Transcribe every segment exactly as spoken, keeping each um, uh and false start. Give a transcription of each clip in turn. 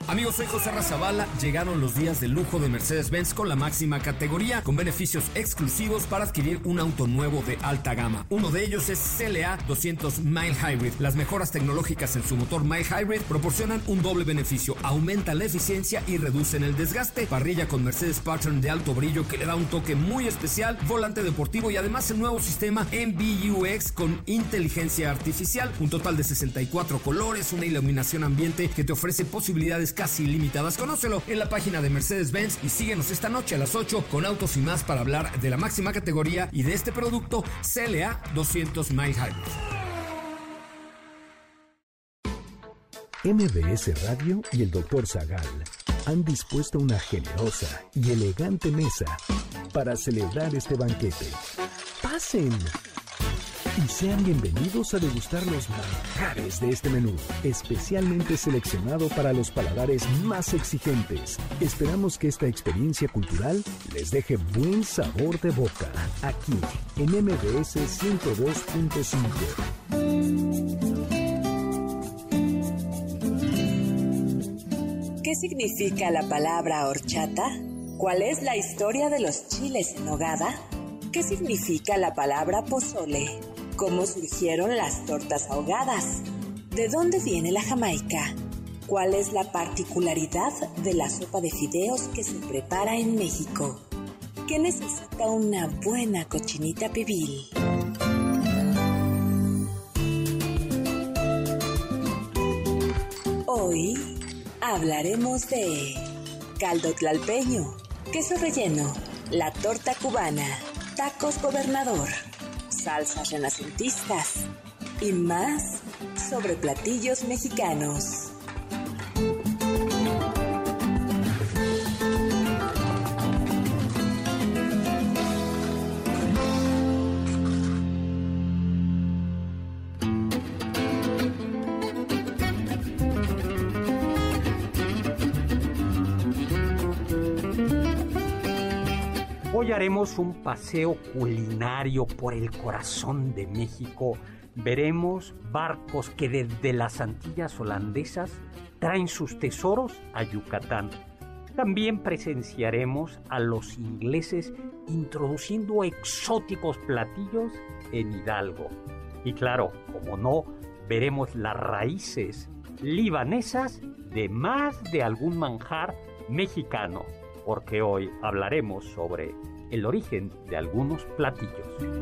Amigos, soy José Razabala. Llegaron los días de lujo de Mercedes-Benz con la máxima categoría, con beneficios exclusivos para adquirir un auto nuevo de alta gama. Uno de ellos es C L A doscientos Mile Hybrid. Las mejoras tecnológicas en su motor Mile Hybrid proporcionan un doble beneficio: aumentan la eficiencia y reducen el desgaste. Parrilla con Mercedes Pattern de alto brillo que le da un toque muy especial, volante deportivo y además el nuevo sistema M B U X con inteligencia artificial. Un total de sesenta y cuatro colores, una iluminación ambiente que te ofrece posibilidades casi ilimitadas. Conócelo en la página de Mercedes-Benz y síguenos esta noche a las ocho con Autos y Más para hablar de la máxima categoría y de este producto C L A doscientos Mile Hybrid. M B S Radio y el doctor Zagal han dispuesto una generosa y elegante mesa para celebrar este banquete. ¡Pasen! Y sean bienvenidos a degustar los manjares de este menú, especialmente seleccionado para los paladares más exigentes. Esperamos que esta experiencia cultural les deje buen sabor de boca, aquí en M B S ciento dos punto cinco. ¿Qué significa la palabra horchata? ¿Cuál es la historia de los chiles en nogada? ¿Qué significa la palabra pozole? ¿Cómo surgieron las tortas ahogadas? ¿De dónde viene la Jamaica? ¿Cuál es la particularidad de la sopa de fideos que se prepara en México? ¿Qué necesita una buena cochinita pibil? Hoy hablaremos de caldo tlalpeño, queso relleno, la torta cubana, tacos gobernador, salsas renacentistas y más sobre platillos mexicanos. Hoy haremos un paseo culinario por el corazón de México. Veremos barcos que desde las Antillas holandesas traen sus tesoros a Yucatán. También presenciaremos a los ingleses introduciendo exóticos platillos en Hidalgo. Y claro, como no, veremos las raíces libanesas de más de algún manjar mexicano, porque hoy hablaremos sobre el origen de algunos platillos.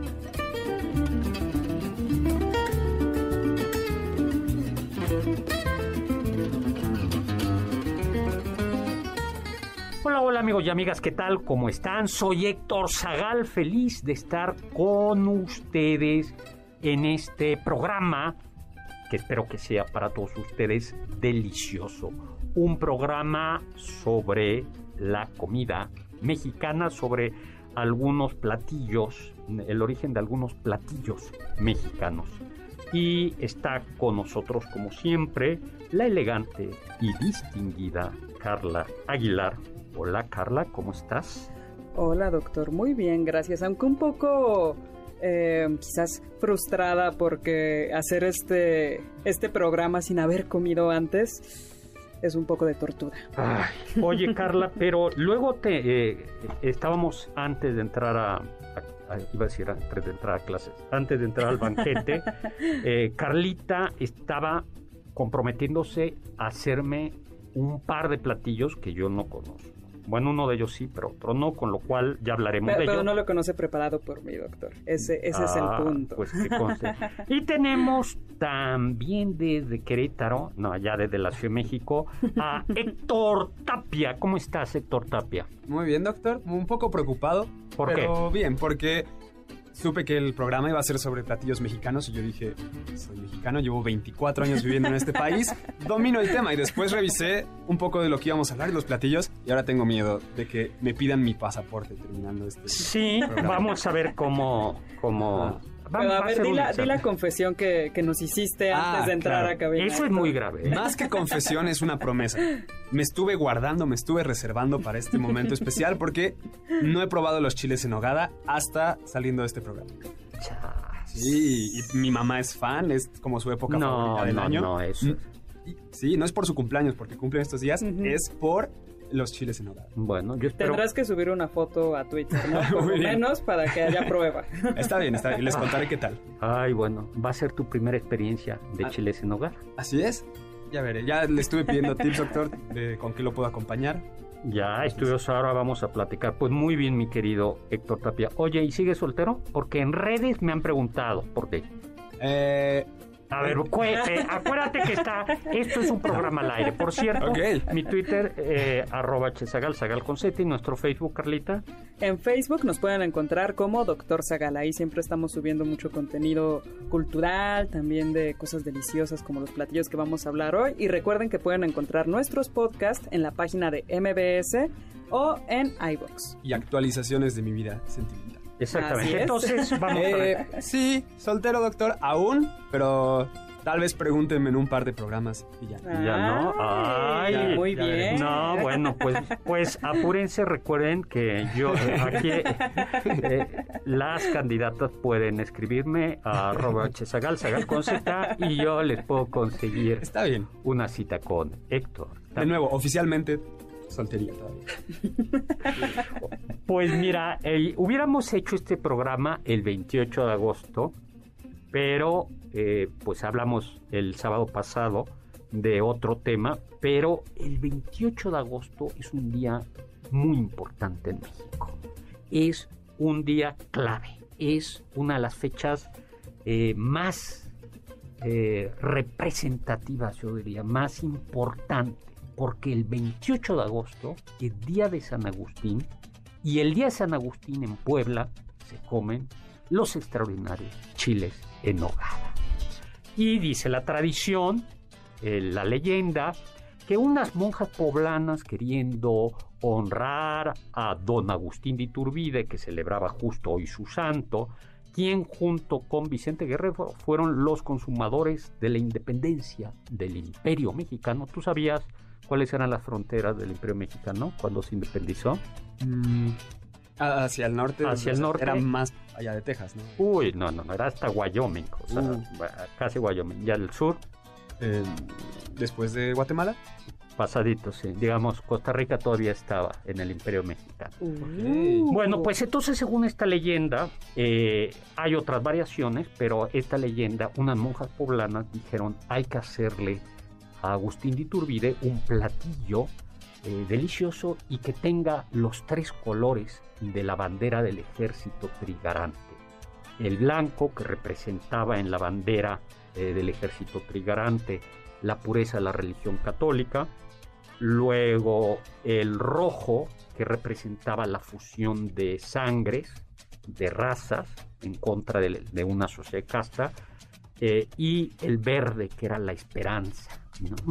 Hola, hola amigos y amigas, ¿qué tal? ¿Cómo están? Soy Héctor Zagal, feliz de estar con ustedes en este programa que espero que sea para todos ustedes delicioso. Un programa sobre la comida mexicana, sobre algunos platillos, el origen de algunos platillos mexicanos. Y está con nosotros, como siempre, la elegante y distinguida Carla Aguilar. Hola Carla, ¿cómo estás? Hola doctor, muy bien, gracias. Aunque un poco eh, quizás frustrada porque hacer este, este programa sin haber comido antes es un poco de tortura. Ay, oye Carla, pero luego te eh, estábamos antes de entrar a, a, a iba a decir antes de entrar a clases, antes de entrar al banquete, eh, Carlita estaba comprometiéndose a hacerme un par de platillos que yo no conozco. Bueno, uno de ellos sí, pero otro no, con lo cual ya hablaremos pero, de ello. Pero no lo conoce preparado por mí, doctor. Ese, ese ah, es el punto. Pues qué conste. Y tenemos también desde Querétaro, no, allá desde la Ciudad de México, a Héctor Tapia. ¿Cómo estás, Héctor Tapia? Muy bien, doctor. Un poco preocupado. ¿Por qué? Pero bien, porque supe que el programa iba a ser sobre platillos mexicanos y yo dije, soy mexicano, llevo veinticuatro años viviendo en este país, domino el tema, y después revisé un poco de lo que íbamos a hablar, los platillos, y ahora tengo miedo de que me pidan mi pasaporte terminando este Sí, programa. Vamos a ver cómo... cómo... Ah. Pero a ver, di la, di la confesión que, que nos hiciste ah, antes de entrar claro. a cabina. Eso es muy grave. ¿eh? Más que confesión, es una promesa. Me estuve guardando, me estuve reservando para este momento especial porque no he probado los chiles en nogada hasta saliendo de este programa. Sí, y mi mamá es fan, es como su época no, favorita del no, año. No, eso. Sí, no es por su cumpleaños, porque cumplen estos días, uh-huh. es por los chiles en nogada. Bueno, yo espero... Tendrás que subir una foto a Twitter, ¿no? Por lo menos para que haya prueba. Está bien, está bien. Les contaré qué tal. Ay, bueno, va a ser tu primera experiencia de ah, chiles en nogada. Así es. Ya veré. Ya le estuve pidiendo tips, doctor, de con qué lo puedo acompañar. Ya, estudios, ahora vamos a platicar. Pues muy bien, mi querido Héctor Tapia. Oye, ¿y sigues soltero? Porque en redes me han preguntado por ti. Eh... A ver, cuéntate, acuérdate que está, esto es un programa al aire. Por cierto, okay. mi Twitter, eh, arroba chesagal, sagal con Z, y nuestro Facebook, Carlita. En Facebook nos pueden encontrar como Doctor Zagal. Ahí siempre estamos subiendo mucho contenido cultural, también de cosas deliciosas como los platillos que vamos a hablar hoy. Y recuerden que pueden encontrar nuestros podcasts en la página de M B S o en iVoox. Y actualizaciones de mi vida sentimental. Exactamente. Entonces, vamos eh, a ver. Sí, soltero, doctor, aún, pero tal vez pregúntenme en un par de programas y ya. Ah, ya no. Ay, ya, muy ya bien. Veré. No, bueno, pues, pues apúrense, recuerden que yo aquí eh, las candidatas pueden escribirme a arroba chesagal, sagal con Z, y yo les puedo conseguir Está bien. una cita con Héctor. De nuevo, oficialmente soltería todavía. Pues mira, eh, hubiéramos hecho este programa el veintiocho de agosto, pero eh, pues hablamos el sábado pasado de otro tema, pero el veintiocho de agosto es un día muy importante en México. Es un día clave, es una de las fechas eh, más eh, representativas, yo diría, más importantes. Porque el veintiocho de agosto es día de San Agustín, y el día de San Agustín en Puebla se comen los extraordinarios chiles en nogada. Y dice la tradición, eh, la leyenda, que unas monjas poblanas, queriendo honrar a don Agustín de Iturbide, que celebraba justo hoy su santo, quien junto con Vicente Guerrero fueron los consumadores de la independencia del Imperio Mexicano. ¿Tú sabías cuáles eran las fronteras del Imperio Mexicano cuando se independizó? Mm, hacia el norte. Hacia el norte. Era más allá de Texas, ¿no? Uy, no, no, no, era hasta Wyoming, o sea, uh. casi Wyoming. Y al sur. Eh, después de Guatemala. Pasadito, sí. Digamos, Costa Rica todavía estaba en el Imperio Mexicano. Okay. Bueno, pues entonces, según esta leyenda, eh, hay otras variaciones, pero esta leyenda, unas monjas poblanas dijeron, hay que hacerle a Agustín de Iturbide un platillo eh, delicioso y que tenga los tres colores de la bandera del ejército trigarante. El blanco, que representaba en la bandera eh, del ejército trigarante la pureza de la religión católica. Luego el rojo, que representaba la fusión de sangres, de razas, en contra de, de una sociedad casta. Eh, y el verde, que era la esperanza, ¿no?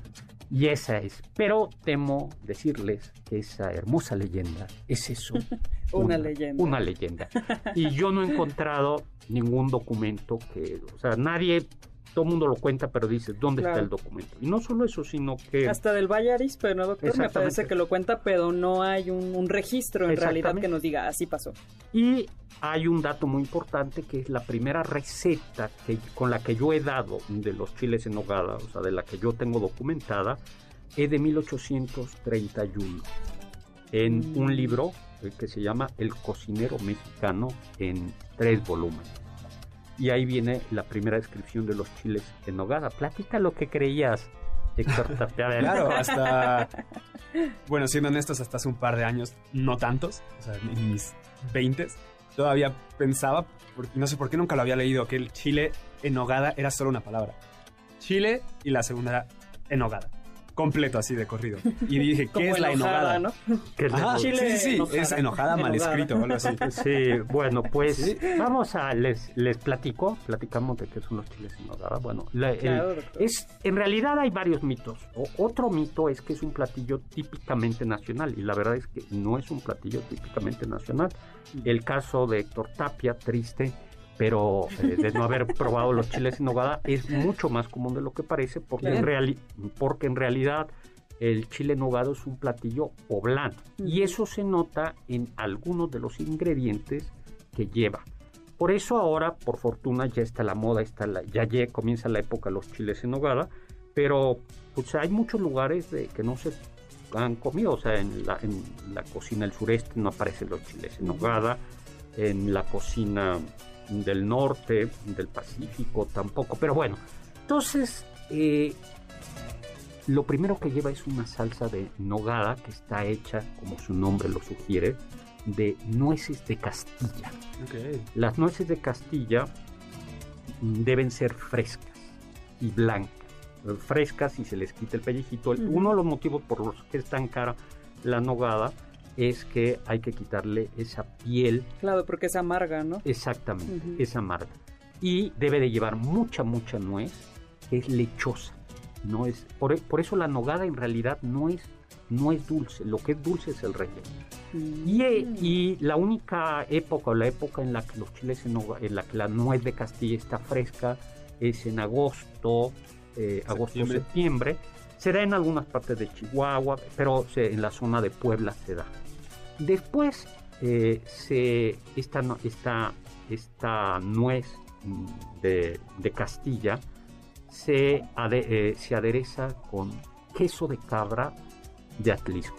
Y esa es, pero temo decirles que esa hermosa leyenda es eso. una, una leyenda. Una leyenda. Y yo no he encontrado ningún documento que, o sea, nadie, todo el mundo lo cuenta, pero dice, ¿dónde claro. está el documento? Y no solo eso, sino que... Hasta del Valle Arizpe, ¿no, doctor? Me parece que lo cuenta, pero no hay un, un registro en realidad que nos diga, así pasó. Y hay un dato muy importante, que es la primera receta que, con la que yo he dado de los chiles en nogada, o sea, de la que yo tengo documentada, es de mil ochocientos treinta y uno, en mm. un libro que se llama El cocinero mexicano, en tres volúmenes. Y ahí viene la primera descripción de los chiles en nogada. Platica lo que creías, Héctor Tapia. Claro, hasta... Bueno, siendo honestos, hasta hace un par de años, no tantos, o sea, en mis veintes, todavía pensaba, porque no sé por qué nunca lo había leído, que el chile en nogada era solo una palabra. Chile y la segunda era en nogada. Completo, así de corrido. Y dije, ¿qué es la enojada? ¿No? ¿Qué es Ajá, Chile sí, sí, sí. Enojada. Es enojada, mal escrito o algo así. Sí, bueno, pues ¿Sí? vamos a, les, les platico, platicamos de qué son los chiles en nogada. Bueno, la, el, Claro, es, en realidad hay varios mitos. O, otro mito es que es un platillo típicamente nacional, y la verdad es que no es un platillo típicamente nacional. El caso de Héctor Tapia, triste, pero eh, de no haber probado los chiles en nogada, es mucho más común de lo que parece, porque, en, reali- porque en realidad el chile en nogada es un platillo poblano, uh-huh. y eso se nota en algunos de los ingredientes que lleva. Por eso ahora, por fortuna, ya está la moda, está la, ya, ya comienza la época de los chiles en nogada, pero pues hay muchos lugares de que no se han comido, o sea, en la, en la cocina del sureste no aparecen los chiles en nogada, en la cocina del norte, del Pacífico tampoco, pero bueno, entonces eh, lo primero que lleva es una salsa de nogada que está hecha, como su nombre lo sugiere, de nueces de Castilla. Okay. Las nueces de Castilla deben ser frescas y blancas. Frescas y se les quita el pellejito. Uh-huh. Uno de los motivos por los que es tan cara la nogada es que hay que quitarle esa piel. Claro, porque es amarga, ¿no? Exactamente, uh-huh. es amarga. Y debe de llevar mucha, mucha nuez, que es lechosa. No es, por, por eso la nogada en realidad no es, no es dulce, lo que es dulce es el relleno. Uh-huh. Y, y la única época, o la época en la que los chiles en, nogada, en la que la nuez de Castilla está fresca, es en agosto, eh, agosto, septiembre. Se da en algunas partes de Chihuahua, pero se, en la zona de Puebla se da. Después, eh, se, esta, esta, esta nuez de, de Castilla se, ade, eh, se adereza con queso de cabra de Atlisco.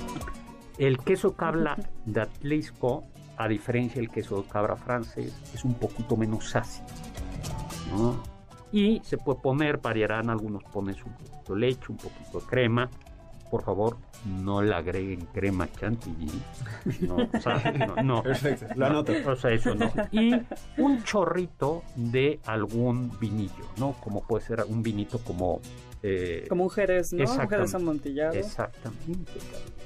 El queso de cabra de Atlisco, a diferencia del queso de cabra francés, es un poquito menos ácido, ¿no? Y se puede poner, variarán, algunos ponen un poquito de leche, un poquito de crema. Por favor, no le agreguen crema chantilly. No, o sea, no, no. Perfecto, lo anoto. O sea, eso no. Y un chorrito de algún vinillo, ¿no? Como puede ser un vinito como... Eh, como un jerez, ¿no? Un jerez amontillado. Exactamente.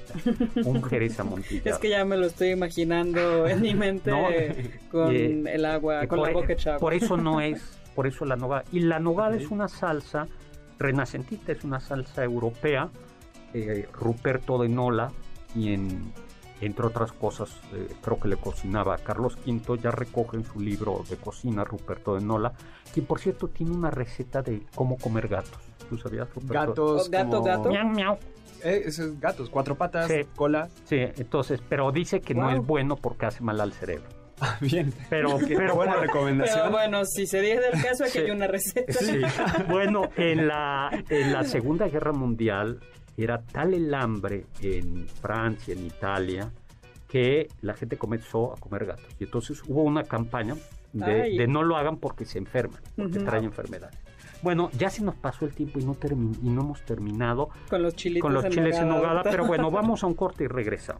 Un jerez amontillado. Es que ya me lo estoy imaginando en mi mente, no, con eh, el agua, con por, la boca echada. Por eso no es... Por eso la nogada. Y la nogada okay. es una salsa renacentista, es una salsa europea. Eh, Ruperto de Nola, quien, entre otras cosas, eh, creo que le cocinaba a Carlos quinto, ya recoge en su libro de cocina Ruperto de Nola, quien por cierto tiene una receta de cómo comer gatos. ¿Tú sabías, Ruperto? Gatos, gato, como... gato. Miau, miau. Eh, esos gatos, cuatro patas, sí. cola. Sí, entonces, pero dice que wow. no es bueno porque hace mal al cerebro. Ah, bien. Pero, pero buena bueno, recomendación. Pero bueno, si se diera el caso, aquí sí. hay una receta. Sí. Bueno, en la, en la Segunda Guerra Mundial era tal el hambre en Francia, en Italia, que la gente comenzó a comer gatos. Y entonces hubo una campaña de, de no lo hagan porque se enferman, porque uh-huh. traen enfermedades. Bueno, ya se nos pasó el tiempo y no, termi- y no hemos terminado con los, con los en chiles nogada. en nogada, pero bueno, vamos a un corte y regresamos.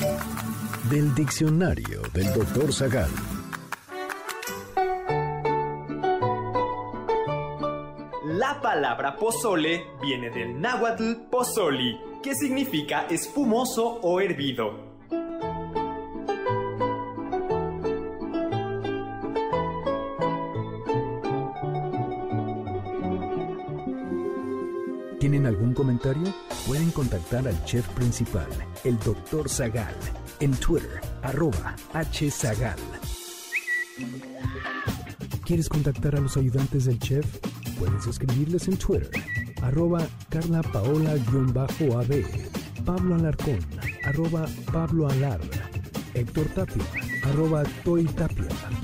Del diccionario del doctor Zagal. La palabra pozole viene del náhuatl pozoli, que significa espumoso o hervido. ¿Tienen algún comentario? Pueden contactar al chef principal, el doctor Zagal, en Twitter, arroba hzagal. ¿Quieres contactar a los ayudantes del chef? Puedes escribirles en Twitter, arroba Carla Paola-ab, Pablo Alarcón, arroba Pablo Alar, Héctor Tapia, arroba Toy Tapia.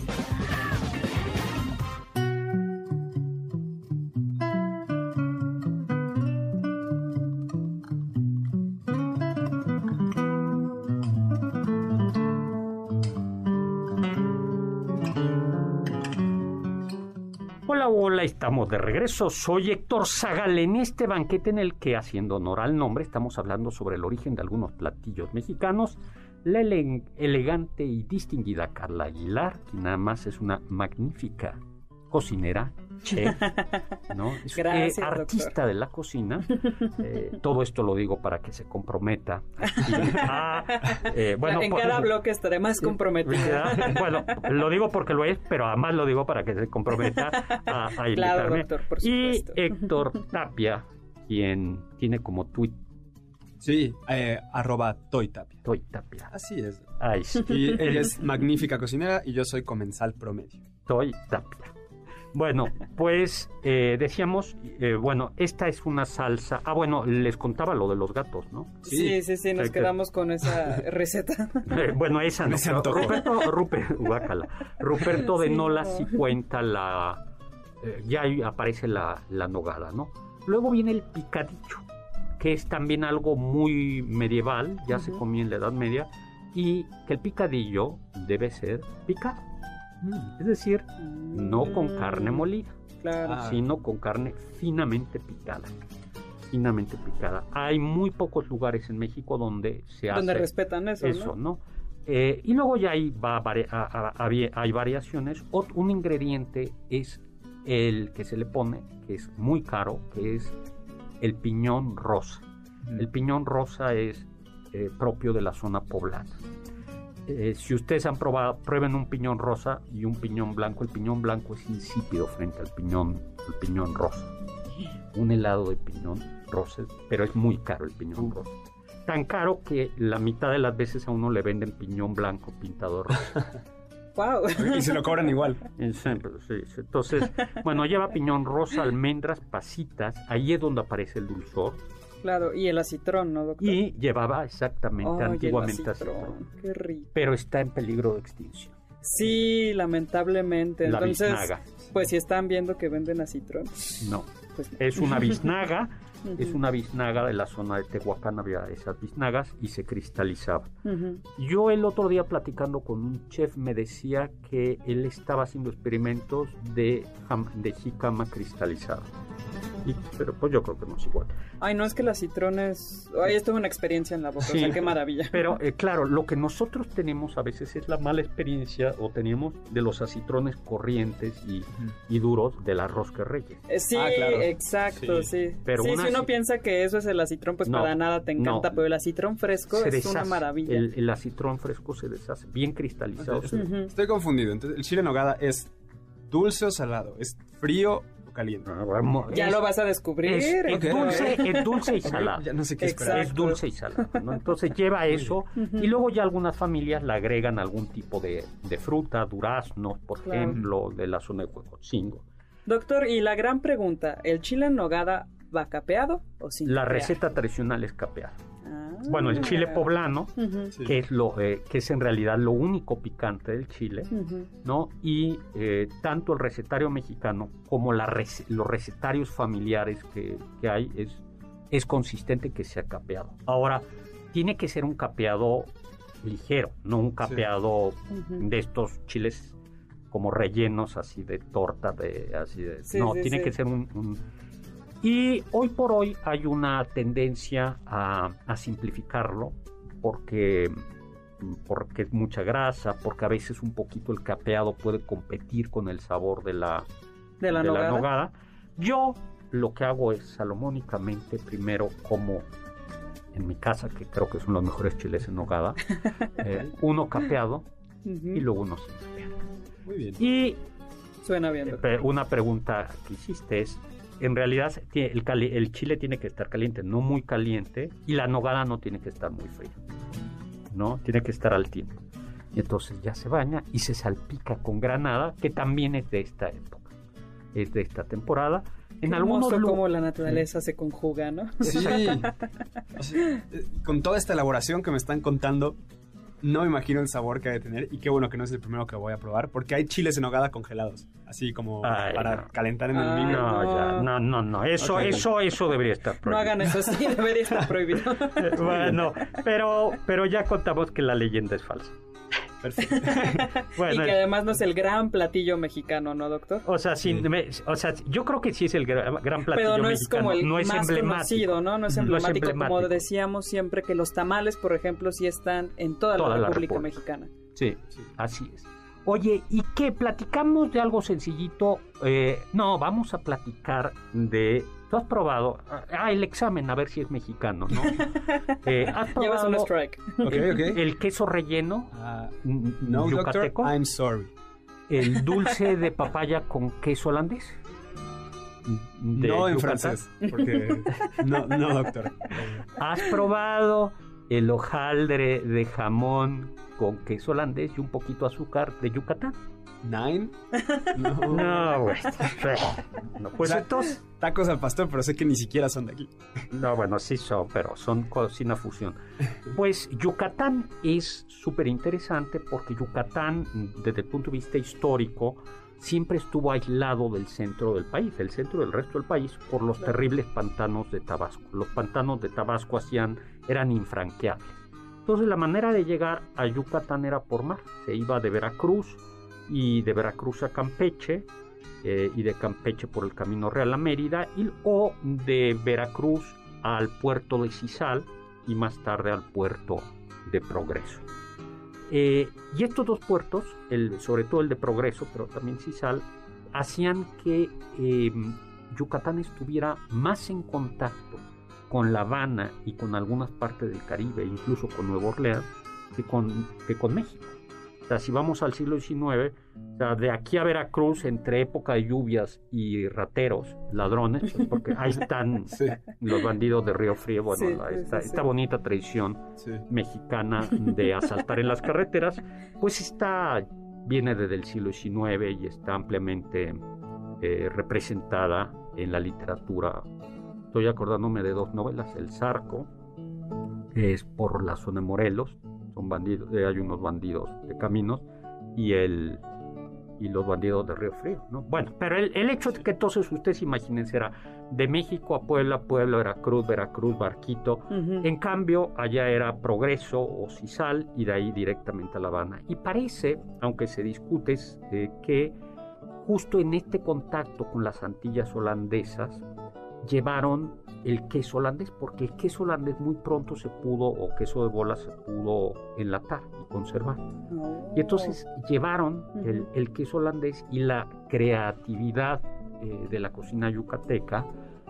Hola, hola, estamos de regreso. Soy Héctor Zagal. En este banquete en el que, haciendo honor al nombre, estamos hablando sobre el origen de algunos platillos mexicanos. La ele- elegante y distinguida Carla Aguilar, que nada más es una magnífica cocinera, chef, ¿no? Es Gracias, eh, artista doctor. de la cocina. Eh, todo esto lo digo para que se comprometa. A, eh, bueno, en por, cada bloque estaré más comprometida. Bueno, lo digo porque lo es, pero además lo digo para que se comprometa a, a invitarme. Claro, doctor, por supuesto. Y Héctor Tapia, quien tiene como tweet. Sí, eh, arroba Toy Tapia. Toy Tapia. Así es. Ay, sí. Y ella es magnífica cocinera y yo soy comensal promedio. Toy Tapia. Bueno, pues eh, decíamos, eh, bueno, esta es una salsa. Ah, bueno, les contaba lo de los gatos, ¿no? Sí, sí, sí, nos Eh, quedamos con esa receta. Eh, bueno, esa no. Me se antojó. Ruperto, Ruper, guácala. Ruperto de Sí, Nola no. sí cuenta la... eh, ya ahí aparece la, la nogada, ¿no? Luego viene el picadillo, que es también algo muy medieval, ya uh-huh. se comía en la Edad Media, y que el picadillo debe ser picado. Mm. Es decir, mm. no con carne molida, claro. sino con carne finamente picada. Finamente picada. Hay muy pocos lugares en México donde se hace... Donde respetan eso, Eso, ¿no? ¿no? Eh, y luego ya hay, va vari- a, a, a, hay variaciones. Ot- un ingrediente es el que se le pone, que es muy caro, que es el piñón rosa. Mm. El piñón rosa es eh, propio de la zona poblana. Eh, si ustedes han probado, prueben un piñón rosa y un piñón blanco. El piñón blanco es insípido frente al piñón, al piñón rosa. Un helado de piñón rosa, pero es muy caro el piñón rosa. Tan caro que la mitad de las veces a uno le venden piñón blanco pintado rosa. Wow. Y se lo cobran igual. Entonces, bueno, lleva piñón rosa, almendras, pasitas. Ahí es donde aparece el dulzor. Claro, y el acitrón, ¿no, doctor? Y llevaba exactamente, oh, antiguamente el acitrón. acitrón. Qué rico. Pero está en peligro de extinción. Sí, lamentablemente. La Entonces, biznaga. Pues si están viendo que venden acitrón. No, pues, es una biznaga. Uh-huh. Es una biznaga de la zona de Tehuacán, había esas biznagas y se cristalizaba. Uh-huh. Yo el otro día platicando con un chef me decía que él estaba haciendo experimentos de, de jícama cristalizada. Y, pero pues yo creo que no es igual. Ay, no, es que las citrones... Ay, esto es una experiencia en la boca, sí, o sea, qué maravilla. Pero eh, claro, lo que nosotros tenemos a veces es la mala experiencia, o tenemos, de los acitrones corrientes y, uh-huh. y duros del arroz que reyes. Eh, sí, ah, claro. exacto, sí. sí. Pero sí, una, si uno piensa que eso es el acitrón, pues no, para nada te encanta, no. pero el acitrón fresco se es deshace, una maravilla. El, el acitrón fresco se deshace, bien cristalizado. Entonces, uh-huh. Estoy confundido, entonces el chile en nogada es dulce o salado, es frío caliente. Ya es, lo vas a descubrir. Es, es, okay. dulce, es dulce y salado. Ya no sé qué esperar. Es dulce y salado, ¿no? Entonces lleva eso uh-huh. y luego ya algunas familias le agregan algún tipo de, de fruta, durazno, por claro. ejemplo, de la zona de Huejotzingo. Doctor, y la gran pregunta, ¿el chile en nogada va capeado o sin La capear? receta tradicional es capeada. Bueno, el chile poblano, uh-huh. que es lo eh, que es en realidad lo único picante del chile, uh-huh. ¿no? Y eh, tanto el recetario mexicano como la rec- los recetarios familiares que, que hay es, es consistente que sea capeado. Ahora, tiene que ser un capeado ligero, no un capeado sí. uh-huh. de estos chiles como rellenos así de torta, de así de sí, no, sí, tiene sí. que ser un, un Y hoy por hoy hay una tendencia a, a simplificarlo porque, porque es mucha grasa, porque a veces un poquito el capeado puede competir con el sabor de la, de la, de nogada. la nogada. Yo lo que hago es salomónicamente primero como en mi casa, que creo que son los mejores chiles en nogada, eh, uno capeado uh-huh. y luego uno sin capeado. Muy bien. Y suena bien. Eh, una pregunta que hiciste es, en realidad el, cali- el chile tiene que estar caliente, no muy caliente, y la nogada no tiene que estar muy fría, ¿no? Tiene que estar al tiempo. Y entonces ya se baña y se salpica con granada, que también es de esta época, es de esta temporada. En Qué algunos hermoso lu- cómo la naturaleza se conjuga, ¿no? Sí. O sea, con toda esta elaboración que me están contando, no me imagino el sabor que ha de tener, y qué bueno que no es el primero que voy a probar, porque hay chiles en nogada congelados, así como Ay, para no. calentar en el Ay, micro. No, ya, no, no, no, eso, okay. eso, eso debería estar prohibido. No hagan eso, sí, debería estar prohibido. Bueno, pero, pero ya contamos que la leyenda es falsa. Perfecto. Bueno, y que además no es el gran platillo mexicano, ¿no, doctor? O sea, sí, sí. Me, o sea, yo creo que sí es el gran, gran platillo mexicano. Pero no es como el no es más emblemático. conocido, ¿no? No es emblemático, no es emblemático. Como decíamos siempre que los tamales, por ejemplo, sí están en toda, toda la, República, la República Mexicana. Sí, sí, así es. Oye, ¿y qué? ¿Platicamos de algo sencillito? Eh, no, vamos a platicar de... ¿Tú has probado? Ah, el examen, a ver si es mexicano, ¿no? Eh, ¿Has probado Llevas un strike. Okay, okay. El, el queso relleno uh, no, yucateco? Doctor, I'm sorry. El dulce de papaya con queso holandés. De no en Yucatán. Francés, porque... no, no, doctor. ¿Has probado el hojaldre de jamón con queso holandés y un poquito azúcar de Yucatán? ¿Nine? No, no, güey. No, pues o sea, entonces... Tacos al pastor, pero sé que ni siquiera son de aquí. No, bueno, sí son, pero son cocina fusión. Pues Yucatán es súper interesante porque Yucatán, desde el punto de vista histórico, siempre estuvo aislado del centro del país, del centro del resto del país, por los terribles pantanos de Tabasco. Los pantanos de Tabasco hacían, eran infranqueables. Entonces la manera de llegar a Yucatán era por mar. Se iba de Veracruz y de Veracruz a Campeche, eh, y de Campeche por el Camino Real a Mérida, y, o de Veracruz al puerto de Cizal y más tarde al puerto de Progreso. Eh, y estos dos puertos, el, sobre todo el de Progreso, pero también Cizal, hacían que eh, Yucatán estuviera más en contacto con La Habana y con algunas partes del Caribe, incluso con Nueva Orleans, que con, que con México. O sea, si vamos al siglo diecinueve, o sea, de aquí a Veracruz, entre época de lluvias y rateros, ladrones, pues porque ahí están sí. los bandidos de Río Frío, bueno, sí, la, esta, sí, sí. esta bonita tradición sí. mexicana de asaltar en las carreteras, pues está, viene desde el siglo diecinueve y está ampliamente eh, representada en la literatura. Estoy acordándome de dos novelas, El Zarco, que es por la zona de Morelos, son bandidos, eh, hay unos bandidos de caminos, y el y los bandidos de Río Frío, ¿no? Bueno, pero el, el hecho es que entonces ustedes imagínense, era de México a Puebla, Puebla, Veracruz, Veracruz, Barquito. Uh-huh. En cambio, allá era Progreso o Cizal, y de ahí directamente a La Habana. Y parece, aunque se discute, eh, que justo en este contacto con las Antillas holandesas llevaron el queso holandés, porque el queso holandés muy pronto se pudo, o queso de bola se pudo enlatar y conservar. Oh. Y entonces llevaron uh-huh. el, el queso holandés, y la creatividad eh, de la cocina yucateca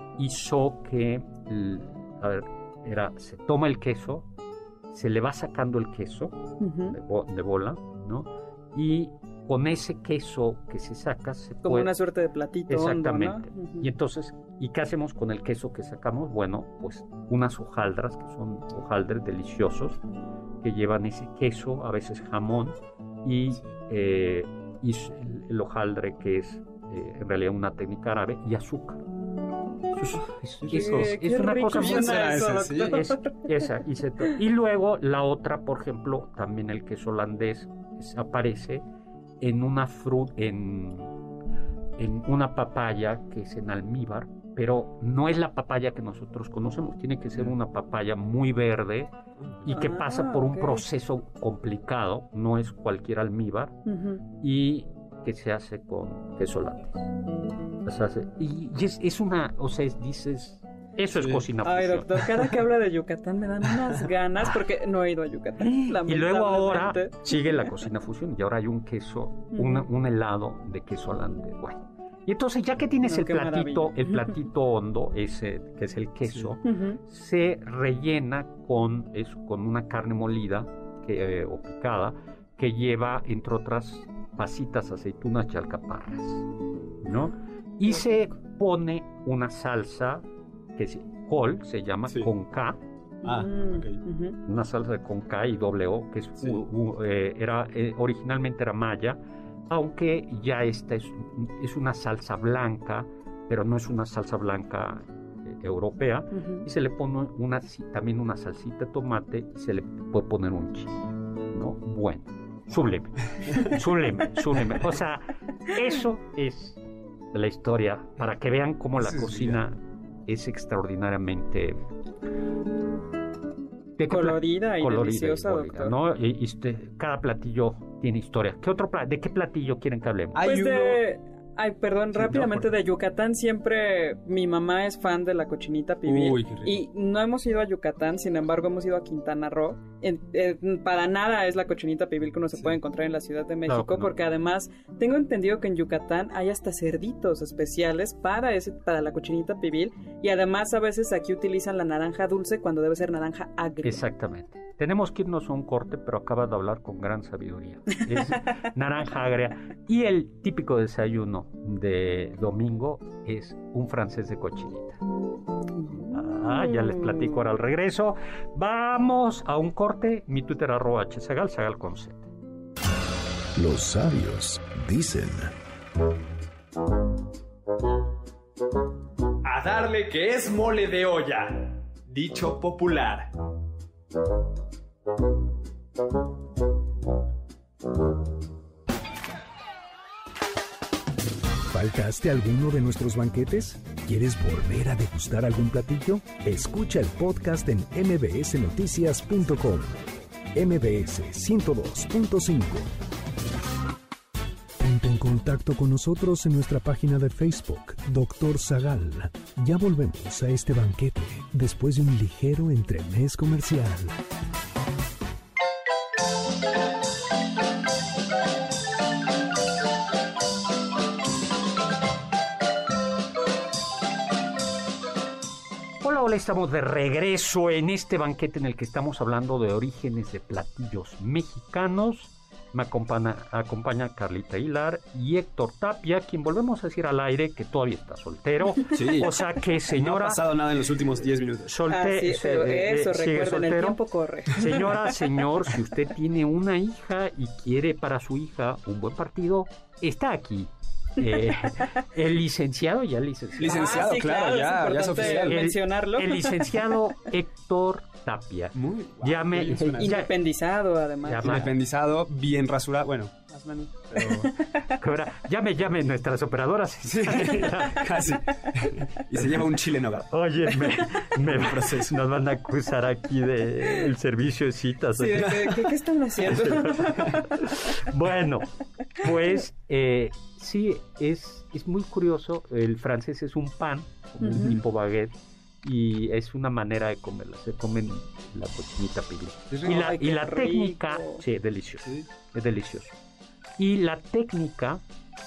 hizo que, el, a ver, era, se toma el queso, se le va sacando el queso uh-huh. de, bo, de bola, ¿no? Y con ese queso que se saca se como puede... una suerte de platito exactamente hondo, ¿no? Uh-huh. Y entonces, ¿y qué hacemos con el queso que sacamos? Bueno, pues unas hojaldras, que son hojaldres deliciosos, que llevan ese queso, a veces jamón, y, eh, y el, el hojaldre, que es eh, en realidad una técnica árabe, y azúcar. Es, es, es, es, es una cosa muy eso, sí. es, esa, y, se, y luego la otra, por ejemplo, también el queso holandés es, aparece en una fruta, en, en una papaya que es en almíbar, pero no es la papaya que nosotros conocemos, tiene que ser una papaya muy verde y que ah, pasa por un okay. proceso complicado, no es cualquier almíbar, uh-huh. y que se hace con queso holandés. Se hace, y, y es, es una, o sea, es, dices... Eso sí. es cocina fusión. Ay, doctor, cada que habla de Yucatán me dan unas ganas, porque no he ido a Yucatán. Y luego ahora sigue la cocina fusión, y ahora hay un queso, uh-huh. una, un helado de queso holandés. Bueno, y entonces ya que tienes no, el platito, maravilla. el platito hondo, ese que es el queso, sí. uh-huh. se rellena con eso, con una carne molida que, eh, o picada, que lleva, entre otras, pasitas, aceitunas y alcaparras, ¿no? Y se pone una salsa que es col, se llama sí. con K. Ah, okay. uh-huh. Una salsa de con K y doble O, que es, sí. u, u, eh, era, eh, originalmente era maya, aunque ya esta es, es una salsa blanca, pero no es una salsa blanca eh, europea, uh-huh. y se le pone una, también una salsita de tomate, y se le puede poner un chile, ¿no? Bueno, sublime, sublime, sublime. O sea, eso es la historia, para que vean cómo la sí, cocina... Sí. es extraordinariamente de colorida y colorida deliciosa, y colorida, doctor. ¿no? Y, y usted, cada platillo tiene historia. ¿Qué otro pla- ¿De qué platillo quieren que hablemos? Pues Hay uno... de... Ay, perdón, sí, rápidamente no, por... de Yucatán siempre mi mamá es fan de la cochinita pibil. Uy, y no hemos ido a Yucatán, sin embargo hemos ido a Quintana Roo. En, en, para nada es la cochinita pibil que uno se sí. puede encontrar en la Ciudad de México, claro, no. porque además tengo entendido que en Yucatán hay hasta cerditos especiales para ese, para la cochinita pibil, y además a veces aquí utilizan la naranja dulce cuando debe ser naranja agria. Exactamente. Tenemos que irnos a un corte, pero acabas de hablar con gran sabiduría. Es naranja agria. Y el típico desayuno de domingo es un francés de cochinita. Ah, ya les platico ahora al regreso. Vamos a un corte. Mi Twitter arroba hsagal, sagal con Z. Los sabios dicen... A darle que es mole de olla. Dicho popular. ¿Faltaste alguno de nuestros banquetes? ¿Quieres volver a degustar algún platillo? Escucha el podcast en m b s noticias punto com. M B S ciento dos punto cinco. Ponte en contacto con nosotros en nuestra página de Facebook, Doctor Zagal. Ya volvemos a este banquete después de un ligero entremés comercial. Hola, hola, estamos de regreso en este banquete en el que estamos hablando de orígenes de platillos mexicanos. Me acompaña, acompaña Carlita Hilar y Héctor Tapia, quien volvemos a decir al aire que todavía está soltero. Sí. O sea que, señora... No ha pasado nada en los últimos diez minutos. Solte, ah, sí, pero eh, eso, eh, recuerden, el tiempo corre. Señora, señor, si usted tiene una hija y quiere para su hija un buen partido, está aquí. Eh, el licenciado, ya licenciado. Licenciado, ah, sí, claro, claro, ya, es ya es oficial. El, mencionarlo. El licenciado Héctor Tapia. Muy wow, Llame, independizado, además. Llama, independizado, bien rasurado. Bueno, más o menos. Pero... llame, llame nuestras operadoras. Sí, casi. Y se lleva un chile en hogar. Oye, me, me nos van a acusar aquí de el servicio de citas. Sí, ¿qué, qué, ¿qué están haciendo? Bueno, pues eh, sí, es, es muy curioso. El francés es un pan, como uh-huh. un tipo baguette. Y es una manera de comerla. Se comen la cochinita pibil. Y la, y la técnica... Sí, delicioso. ¿Sí? Es delicioso. Y la técnica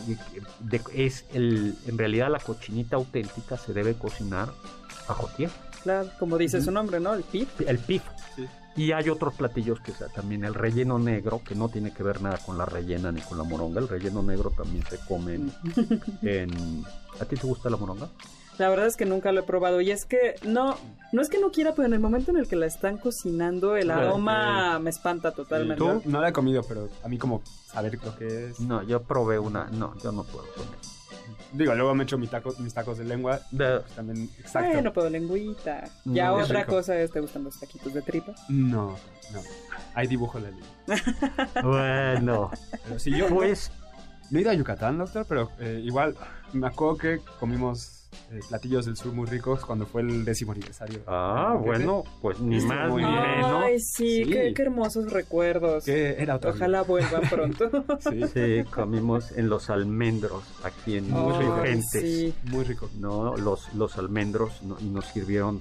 de, es el... En realidad la cochinita auténtica se debe cocinar bajo tierra. Claro, como dice uh-huh. su nombre, ¿no? El pif. El pif. Sí. Y hay otros platillos que sea, también el relleno negro, que no tiene que ver nada con la rellena ni con la moronga. El relleno negro también se come en... en... ¿A ti te gusta la moronga? La verdad es que nunca lo he probado y es que no, no es que no quiera, pero en el momento en el que la están cocinando el aroma me espanta totalmente. ¿Tú? No la he comido, pero a mí como saber lo que es. No, yo probé una, no, yo no puedo comer. Digo, luego me echo mis tacos, mis tacos de lengua. De... Pues también, exacto. Bueno, puedo lengüita. Ya no, otra cosa es, ¿te gustan los taquitos de tripa? No, no. Hay dibujo de lengua. Bueno. Pero si yo pues... No he ido a Yucatán, doctor, pero eh, igual me acuerdo que comimos... Eh, platillos del sur muy ricos cuando fue el décimo aniversario. Ah, bueno, pues ni Estuvo más muy ni bien. menos. Ay, sí, Sí. Qué, qué hermosos recuerdos. Que era otra Ojalá vida. vuelvan pronto. Sí, Sí, comimos en los almendros aquí en Muy rico. Gentes. Sí. muy rico. No, los, los almendros no, y nos sirvieron.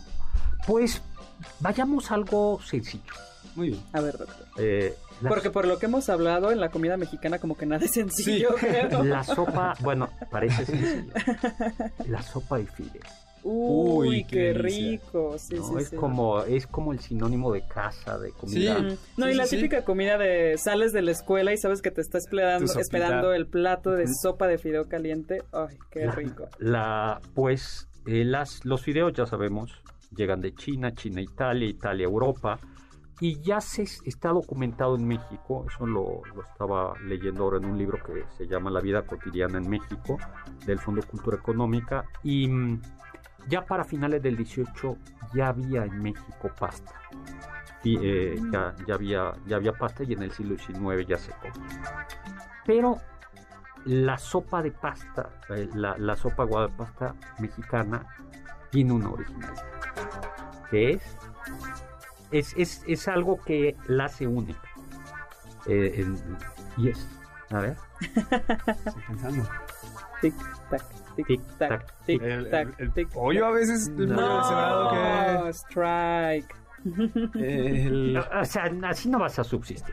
Pues vayamos a algo sencillo. Muy bien. A ver, doctor. Eh, la, Porque por lo que hemos hablado en la comida mexicana como que nada es sencillo, Sí. creo. la sopa, bueno, parece sencillo. La sopa de fideo. Uy, Uy, qué, qué delicia. rico. Sí, ¿no? sí, es sí. como es como el sinónimo de casa, de comida. Mm. No, Sí, y la sí, sí. típica comida de sales de la escuela y sabes que te está esperando, Tu sopita. esperando el plato de Ujú. sopa de fideo caliente. Ay, qué rico. La, pues eh, las, los fideos ya sabemos llegan de China, China, Italia, Italia, Europa. Y ya se está documentado en México, eso lo, lo estaba leyendo ahora en un libro que se llama La vida cotidiana en México, del Fondo de Cultura Económica, y mm, ya para finales del dieciocho ya había en México pasta. Y, eh, ya, ya, había, ya había pasta y en el siglo diecinueve ya se come. Pero la sopa de pasta, eh, la, la sopa aguada de pasta mexicana tiene una originalidad, que es... Es, es, es algo que la hace única. Eh, en, y es, a ver. Estoy pensando. Tic, tac, tic, Tic, tac, tac, tic, El, tac, el, el tic, pollo tac. a veces, el pollo No. deshebrado Strike. que... El... O sea, así no vas a subsistir.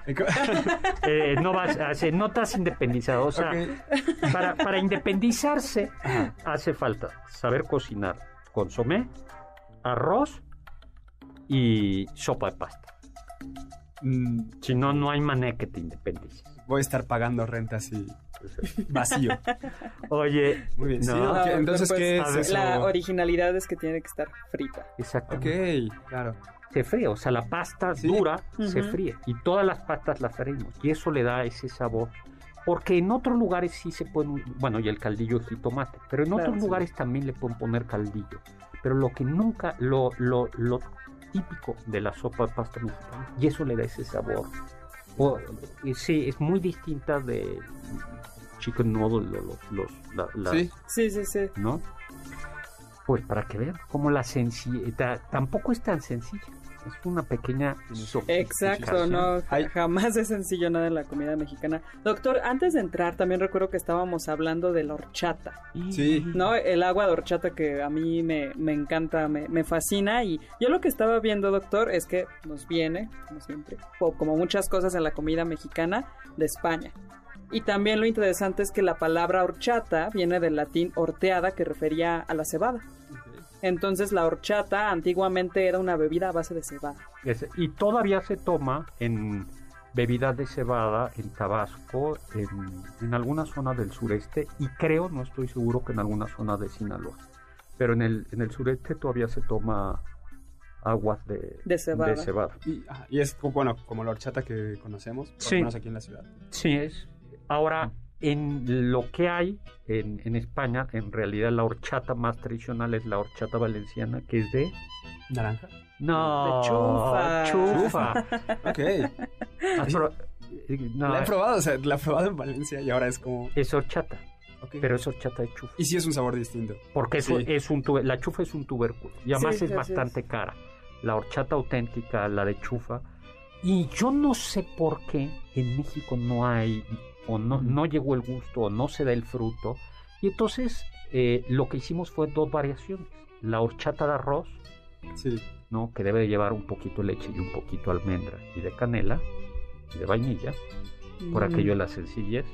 Eh, no vas a hacer, no estás independizado. O sea, Ok. para, para independizarse hace falta saber cocinar consomé, arroz y sopa de pasta. Mm, Si no, no hay manera que te independices. voy a estar pagando renta así vacío. Oye, Muy bien. Sí, no, ok, No, entonces, pues, ¿qué a es ver, eso? La originalidad es que tiene que estar frita. exactamente. Ok, claro. Se fríe, o sea, la pasta Sí. dura se Ujú. fríe y todas las pastas las freímos y eso le da ese sabor. Porque en otros lugares sí se pueden, bueno, y el caldillo de jitomate, pero en Claro, otros sí. lugares también le pueden poner caldillo. Pero lo que nunca, lo, lo, lo típico de la sopa de pasta mexicana, y eso le da ese sabor. O, eh, sí, es muy distinta de chicken noodles, los, los, la, la, Sí. Sí, sí, sí. ¿no? Pues para que vean cómo la sencilla, tampoco es tan sencilla. Es una pequeña Exacto, no, Ay. jamás es sencillo nada en la comida mexicana. Doctor, antes de entrar también recuerdo que estábamos hablando de la horchata, Sí. ¿no? El agua de horchata que a mí me, me encanta, me, me fascina, y yo lo que estaba viendo, doctor, es que nos viene, como siempre, o como muchas cosas en la comida mexicana, de España. Y también lo interesante es que la palabra horchata viene del latín horteada, que refería a la cebada. Entonces la horchata antiguamente era una bebida a base de cebada. Es- y todavía se toma en bebidas de cebada en Tabasco, en, en algunas zonas del sureste, y creo, no estoy seguro, que en algunas zonas de Sinaloa. Pero en el, en el sureste todavía se toma aguas de, De cebada. de cebada. Y, ah, y es como, bueno, como la horchata que conocemos, por Sí. lo menos aquí en la ciudad. Sí, es. Ahora, en lo que hay en, en España, en realidad la horchata más tradicional es la horchata valenciana, que es de... ¿Naranja? No, De chufa. chufa. Ok. Ah, pero, eh, no, la he probado, o sea, la he probado en Valencia y ahora es como... es horchata, ok. pero es horchata de chufa. Y sí es un sabor distinto. Porque Sí. eso es un tube- la chufa es un tubérculo y además Sí, es así bastante cara. La horchata auténtica, la de chufa. Y yo no sé por qué en México no hay, o no, no llegó el gusto, o no se da el fruto. Y entonces eh, lo que hicimos fue dos variaciones. La horchata de arroz, Sí. ¿no? Que debe de llevar un poquito de leche y un poquito de almendra y de canela y de vainilla, por Mm. aquello de la sencillez.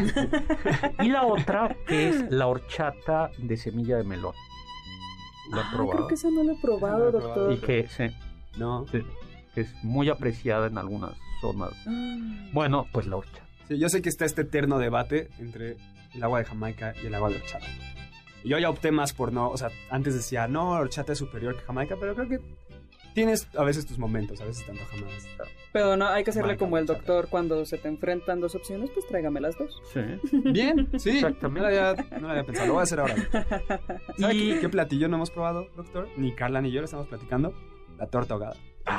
Y la otra, que es la horchata de semilla de melón. ¿Lo han Ah, probado? creo que esa no la he probado, No la he doctor. probado. Y que, sí, No. sí, que es muy apreciada en algunas zonas. Ah. Bueno, pues la horchata. Sí, yo sé que está este eterno debate entre el agua de Jamaica y el agua de horchata. Y yo ya opté más por no, o sea, antes decía, no, horchata es superior que Jamaica, pero creo que tienes a veces tus momentos, a veces te antoja más. Pero no, hay que hacerle Jamaica, como el horchata. doctor cuando se te enfrentan dos opciones, pues tráigame las dos. Sí. Bien, sí. Exactamente. No lo había, no lo había pensado, lo voy a hacer ahora. ¿Sabe Y- qué, qué platillo no hemos probado, doctor? Ni Carla ni yo lo estamos platicando. La torta ahogada.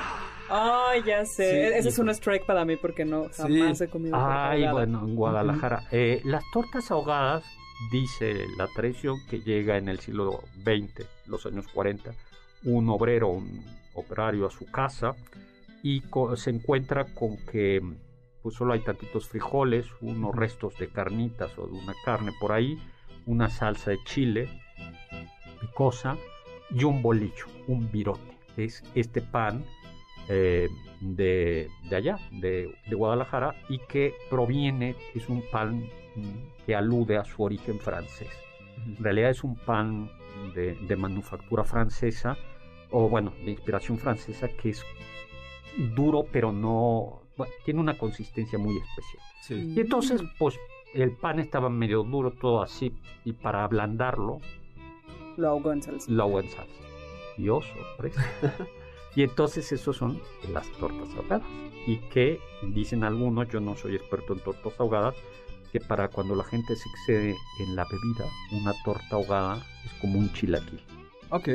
Ay, ya sé. Sí, Ese es hijo. un strike para mí porque no, jamás Sí. he comido torta Ay, ahogada. bueno, en Guadalajara. Eh, las tortas ahogadas, dice la tradición, que llega en el siglo veinte, los años cuarenta, un obrero, un operario a su casa y co- se encuentra con que pues solo hay tantitos frijoles, unos restos de carnitas o de una carne por ahí, una salsa de chile picosa y un bolillo, un virote. Es este pan eh, de, de allá, de, de Guadalajara, y que proviene, es un pan mm, que alude a su origen francés. En realidad es un pan de, de manufactura francesa, o bueno, de inspiración francesa, que es duro, pero no... bueno, tiene una consistencia muy especial. Sí. Y entonces, pues, el pan estaba medio duro, todo así, y para ablandarlo, Lo ahogo en salsa. lo hago en salsa. Y oh, sorpresa. Y entonces esos son las tortas ahogadas. Y que, dicen algunos, yo no soy experto en tortas ahogadas, que para cuando la gente se excede en la bebida, una torta ahogada es como un chilaquil. Ok.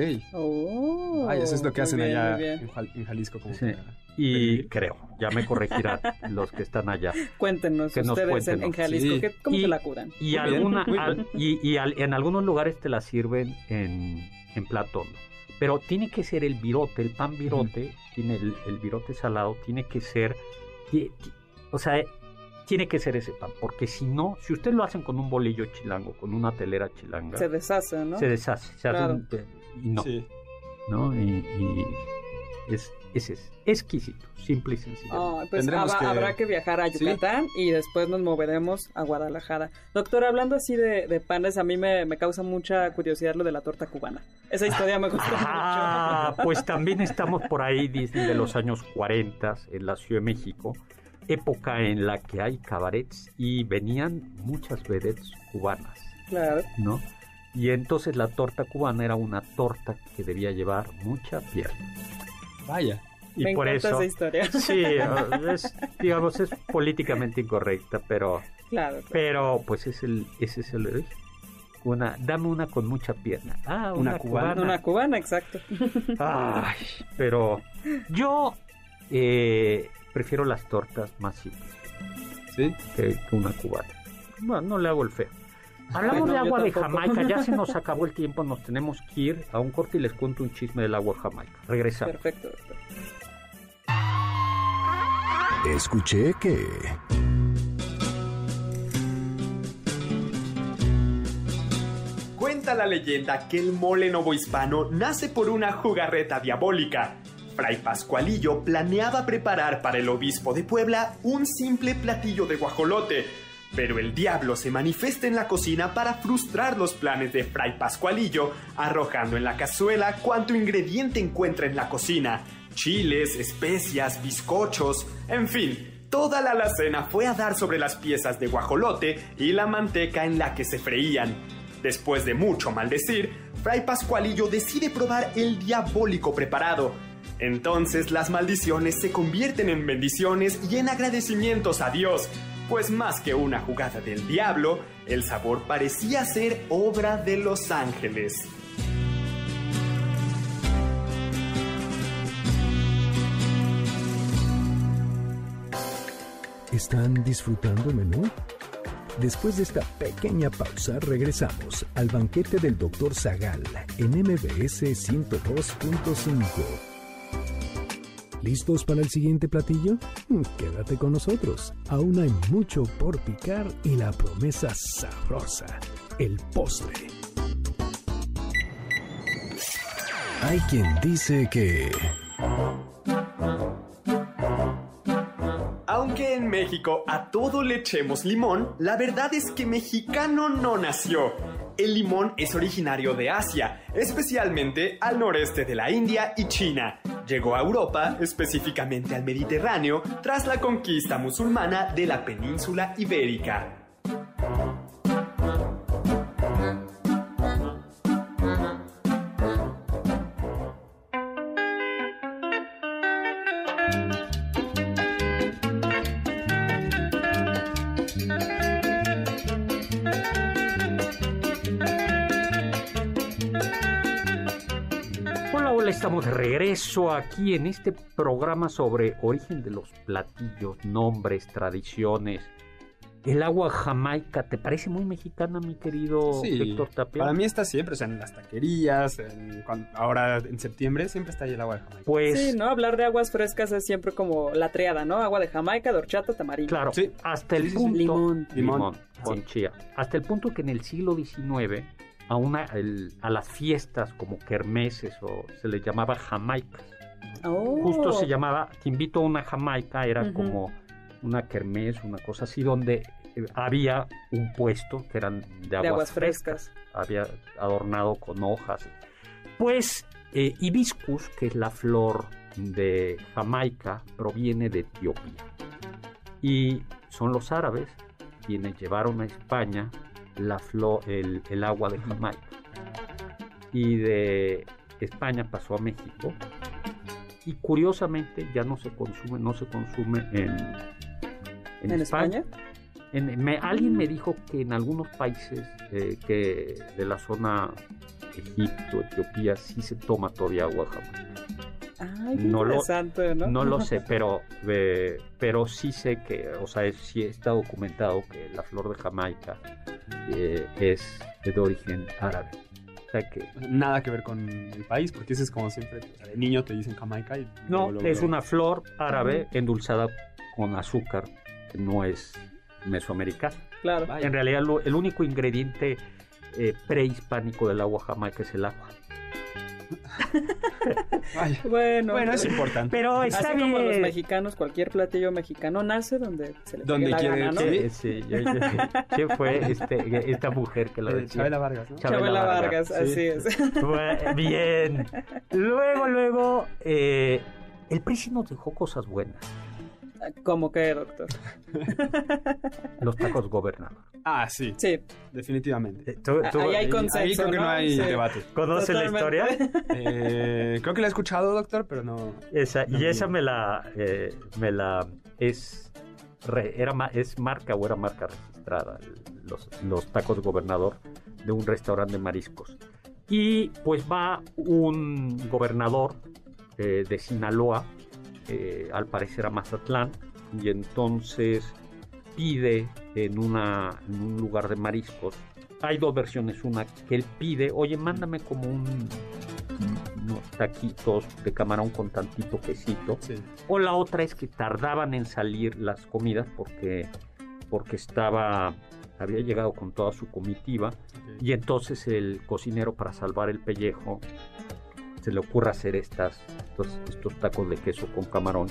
Oh, Ay, eso es lo que muy hacen bien, allá muy bien. en, Jal- en Jalisco. Como Sí. para- Y Bebida. creo, ya me corregirán los que están allá. Cuéntenos Que nos ustedes en- cuenten, en, Jalisco, sí. ¿qué- ¿cómo Y- se la curan? Y, Muy bien, alguna, muy al- bien. y, y al- en algunos lugares te la sirven en, en plato hondo. Pero tiene que ser el virote, el pan virote, tiene el, el virote salado, tiene que ser, ti- ti- o sea, eh, tiene que ser ese pan, porque si no, si ustedes lo hacen con un bolillo chilango, con una telera chilanga, Se deshace, ¿no? se deshace, se hace Claro. un- y no, Sí. ¿no? Y, y es, es, es exquisito, simple y sencillo. Ay, pues Tendremos hab- que- habrá que viajar a Sí. Yucatán y después nos moveremos a Guadalajara. Doctor, hablando así de, de panes, a mí me, me causa mucha curiosidad lo de la torta cubana. Esa historia me gusta Ah, pues también estamos por ahí dicen, de los años cuarenta en la Ciudad de México, época en la que hay cabarets y venían muchas vedettes cubanas, mucho. Claro. ¿no? Y entonces la torta cubana era una torta que debía llevar mucha pierna. Vaya. Y me por encanta eso, esa historia. sí, es, digamos, es políticamente incorrecta, pero, Claro. pero pues es el, ese es el origen. Una, dame una con mucha pierna. Ah, una, Una cubana. cubana. Una cubana, exacto. Ay, pero yo eh, prefiero las tortas más simples ¿Sí? que, que una cubana. Bueno, no le hago el feo. Hablamos Bueno, de agua yo de tampoco. Jamaica, ya se nos acabó el tiempo, nos tenemos que ir a un corte y les cuento un chisme del agua de Jamaica. Regresamos. Perfecto, doctor. Escuché que... Cuenta la leyenda que el mole novohispano nace por una jugarreta diabólica. Fray Pascualillo planeaba preparar para el obispo de Puebla un simple platillo de guajolote, pero el diablo se manifiesta en la cocina para frustrar los planes de Fray Pascualillo, arrojando en la cazuela cuanto ingrediente encuentra en la cocina: chiles, especias, bizcochos, en fin. Toda la alacena fue a dar sobre las piezas de guajolote y la manteca en la que se freían. Después de mucho maldecir, Fray Pascualillo decide probar el diabólico preparado. Entonces las maldiciones se convierten en bendiciones y en agradecimientos a Dios, pues más que una jugada del diablo, el sabor parecía ser obra de los ángeles. ¿Están disfrutando el menú? Después de esta pequeña pausa, regresamos al banquete del doctor Zagal en M B S ciento dos punto cinco. ¿Listos para el siguiente platillo? Quédate con nosotros. Aún hay mucho por picar y la promesa sabrosa, el postre. Hay quien dice que... Aunque en México a todo le echemos limón, la verdad es que mexicano no nació. El limón es originario de Asia, especialmente al noreste de la India y China. Llegó a Europa, específicamente al Mediterráneo, tras la conquista musulmana de la península ibérica. Estamos de regreso aquí en este programa sobre origen de los platillos, nombres, tradiciones. El agua Jamaica, ¿te parece muy mexicana, mi querido Sí, Héctor Tapia? para mí está siempre, o sea, en las taquerías, en, cuando- ahora en septiembre siempre está ahí el agua de Jamaica. Pues, Sí, ¿no? Hablar de aguas frescas es siempre como la triada, ¿no? Agua de Jamaica, de horchata, tamarindo. claro, Sí. hasta el Sí, sí, sí. punto... Limón. Limón, Sí. con chía. Hasta el punto que en el siglo diecinueve, a, una, el- a las fiestas como kermeses o se les llamaba Jamaicas. Oh. Justo se llamaba, te invito a una Jamaica, era Ujú. como una kermés, una cosa así, donde eh, había un puesto que eran de aguas, De aguas frescas. frescas. Había adornado con hojas. Pues eh, hibiscus, que es la flor de Jamaica, proviene de Etiopía. Y son los árabes quienes llevaron a España la flor, el, el agua de Jamaica. Y de España pasó a México. Y curiosamente ya no se consume, no se consume en, en, ¿En España? En- me- alguien me dijo que en algunos países eh, que de la zona Egipto, Etiopía, sí se toma todavía agua de Jamaica. Ay, qué No lo- interesante, ¿no? No lo sé, pero, eh, pero sí sé que, o sea, es- sí está documentado que la flor de Jamaica eh, es de origen árabe. O sea que Nada que ver con el país, porque ese es como siempre, o sea, de niño te dicen Jamaica y... no, luego, luego, es luego. una flor árabe endulzada con azúcar, que no es mesoamericana. Claro. Vaya. En realidad lo- el único ingrediente eh, prehispánico del agua jamaica es el agua. Vaya. Bueno, Bueno, es importante. Pero está así bien. como los mexicanos, cualquier platillo mexicano nace donde se le Donde pegue la quiere, gana, ¿no? sí. Sí, sí, yo- yo- ¿quién fue este, esta mujer que lo Eh, decía? Chabela Vargas, ¿no? Chabela Chabela Vargas, Vargas, sí. así es. Bue- Bien. Luego, luego, eh, el P R I sí nos dejó cosas buenas. ¿Cómo que, doctor? Los tacos gobernador. Ah, sí, Sí, definitivamente. Eh, tú- tú- ahí hay Ahí- consenso, Ahí creo que no, ¿no? hay Sí. debate. ¿Conoce la historia? totalmente. Eh, creo que la he escuchado, doctor, pero no... Esa, No, y esa no. me la, eh, me la es, re- era, ma- es marca o era marca registrada, el- los, los tacos gobernador de un restaurante de mariscos. Y pues va un gobernador eh, de Sinaloa, eh, al parecer a Mazatlán, y entonces pide en, una, en un lugar de mariscos. Hay dos versiones, una que él pide, oye, mándame como un, unos taquitos de camarón con tantito quesito. Sí. O la otra es que tardaban en salir las comidas porque, porque estaba, había llegado con toda su comitiva, okay. Y entonces el cocinero, para salvar el pellejo, se le ocurre hacer estas, estos, estos tacos de queso con camarón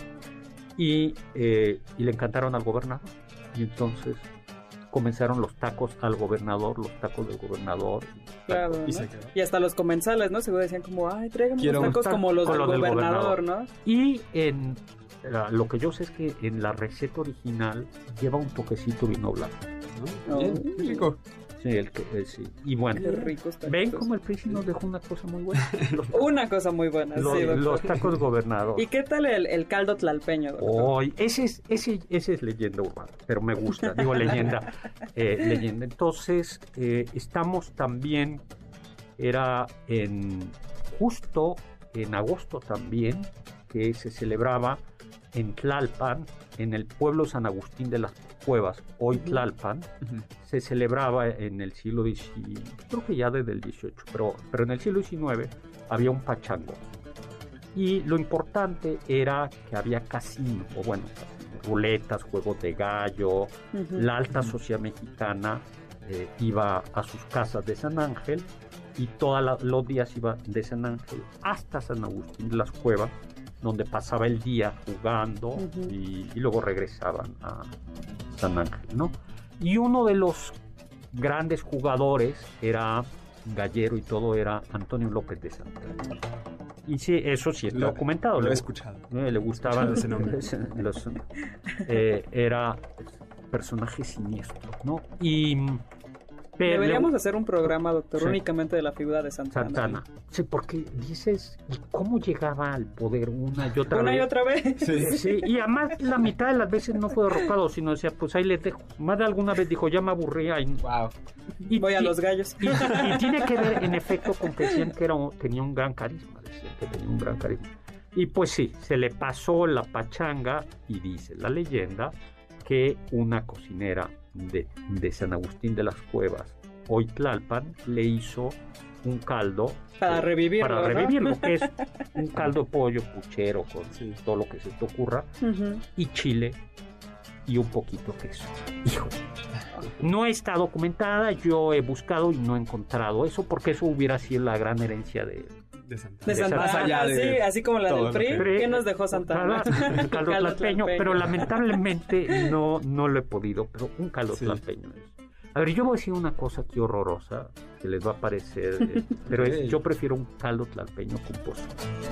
y, eh, y le encantaron al gobernador. Y entonces comenzaron los tacos al gobernador, los tacos del gobernador. Claro, ¿no? y, y hasta los comensales, ¿no? Seguro decían como, ay, tráigame Quiero los tacos como los del, lo del gobernador, gobernador, ¿no? Y en lo que yo sé es que en la receta original lleva un toquecito vino blanco, ¿no? Oh. Bien, qué rico. Sí, el que, eh, sí. Y bueno, qué rico está. ¿Ven cómo el Prisi nos dejó una cosa muy buena? Los, una cosa muy buena, los, sí, doctor. Los tacos gobernador. ¿Y qué tal el, el caldo tlalpeño, doctor? Oh, ese, es, ese, ese es leyenda urbana, pero me gusta, digo leyenda. eh, leyenda. Entonces, eh, estamos también, era en justo en agosto también, que se celebraba en Tlalpan, en el pueblo San Agustín de las Cuevas, hoy Tlalpan, uh-huh. Se celebraba en el siglo diecinueve, creo que ya desde el dieciocho, pero, pero en el siglo diecinueve había un pachango. Y lo importante era que había casino, o bueno, ruletas, juegos de gallo, uh-huh. La alta sociedad mexicana eh, iba a sus casas de San Ángel y todos los días iba de San Ángel hasta San Agustín de las Cuevas, donde pasaba el día jugando, uh-huh. y, y luego regresaban a San Ángel, ¿no? Y uno de los grandes jugadores era gallero y todo, era Antonio López de Santana. Y sí, eso sí está lo, documentado. Lo le, he escuchado. Eh, le gustaban ese nombre. Los, eh, era personaje siniestro, ¿no? Y Pero deberíamos le... hacer un programa, doctor, sí. únicamente de la figura de Santana. Santana. Sí, porque dices, ¿y cómo llegaba al poder una y otra una vez? Una y otra vez. Sí. Sí, y además la mitad de las veces no fue derrocado, sino decía, pues ahí les dejo. Más de alguna vez dijo, ya me aburría. Y, wow. y voy a y, los gallos. Y, y tiene que ver, en efecto, con que decían que era un, tenía un gran carisma. Decían que tenía un gran carisma. Y pues sí, se le pasó la pachanga y dice la leyenda que una cocinera de, de San Agustín de las Cuevas, hoy Tlalpan, le hizo un caldo para revivirlo, para ¿no? revivirlo, que es un caldo de pollo puchero con sí. todo lo que se te ocurra, uh-huh. y chile y un poquito de queso. Hijo, no está documentada, yo he buscado y no he encontrado eso, porque eso hubiera sido la gran herencia de de Santana. De Santana, de sí, así como la del P R I, ¿qué nos dejó Santana? Un caldo tlalpeño, pero lamentablemente no, no lo he podido, pero un caldo sí. tlalpeño es. A ver, yo voy a decir una cosa aquí horrorosa, que les va a parecer, eh, pero es, yo prefiero un caldo tlalpeño con pozole.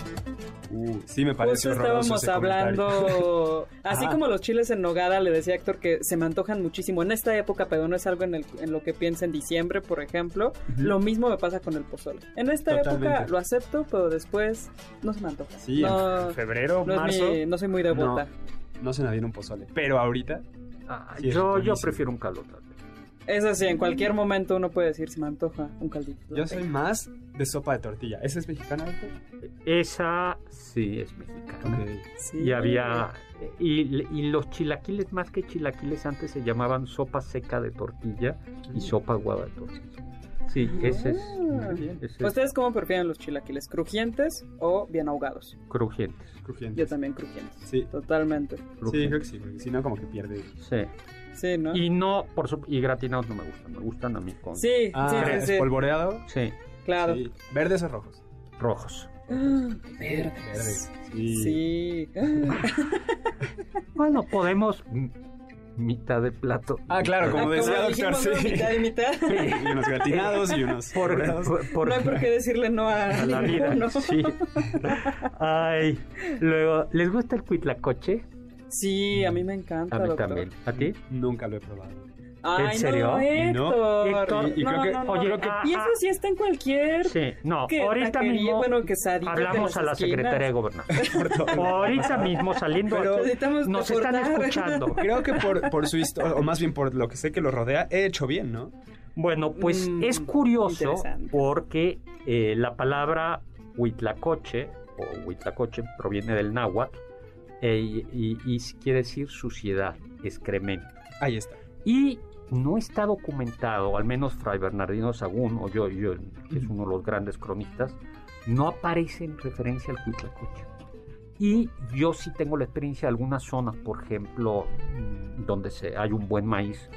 Uh, sí, me parece Justo horroroso estábamos hablando, así ah. como los chiles en nogada, le decía Héctor que se me antojan muchísimo en esta época, pero no es algo en, el, en lo que piensa en diciembre, por ejemplo. Uh-huh. Lo mismo me pasa con el pozole. En esta Totalmente. época lo acepto, pero después no se me antoja. Sí, no, en febrero, no marzo. Mi, no soy muy devota. No, no se me viene un pozole, pero ahorita. Ah, sí, yo, yo prefiero un caldo tlalpeño. Eso sí, en cualquier momento uno puede decir, se me antoja un caldito. Yo soy más de sopa de tortilla. ¿Esa es mexicana, Alto? Esa sí es mexicana. Okay. Sí. Y había... Y, y los chilaquiles, más que chilaquiles, antes se llamaban sopa seca de tortilla y sopa aguada de tortilla. Sí, ah. ese es... Ese ¿Ustedes cómo prefieren los chilaquiles? ¿Crujientes o bien ahogados? Crujientes. Crujientes. Yo también crujientes. Sí. Totalmente. Crujientes. Sí, creo que sí, porque si no como que pierde... Sí. Sí, ¿no? Y no, por su, y gratinados no me gustan, me gustan a mí con... Sí, ah, sí, sí, sí. ¿Espolvoreado? Sí. Claro. Sí. ¿Verdes o rojos? Rojos. Ah, verdes. Verdes. Sí. sí. Bueno, podemos... mitad de plato. Ah, claro, como ah, decía como doctor, dijimos, sí. ¿no? Mitad y mitad. Sí, y unos gratinados y unos... Por, por, por, no hay por qué decirle no a, a la vida, ¿no? Sí. Ay, luego, ¿les gusta el cuitlacoche? Sí, a mí me encanta, A mí doctor. también. ¿A ti? Nunca lo he probado. Ay, ¿En serio? No, Héctor. No, Héctor, y, y no, creo que, no, no. oye, creo que... Y eso sí está en cualquier... Sí, no, que ahorita taquería, mismo bueno, quesadilla, hablamos a la esquinas. Secretaría de Gobernación. Ahorita mismo saliendo Pero aquí, nos están escuchando. Creo que por, por su historia, o más bien por lo que sé que lo rodea, he hecho bien, ¿no? Bueno, pues mm, es curioso porque eh, la palabra huitlacoche o huitlacoche proviene del náhuatl eh, y, y, y quiere decir suciedad, excremento. Ahí está. Y no está documentado, al menos Fray Bernardino Sahagún, o yo, yo, que es uno de los grandes cronistas, no aparece en referencia al Huitlacoche. Y yo sí tengo la experiencia de algunas zonas, por ejemplo, donde se, hay un buen maíz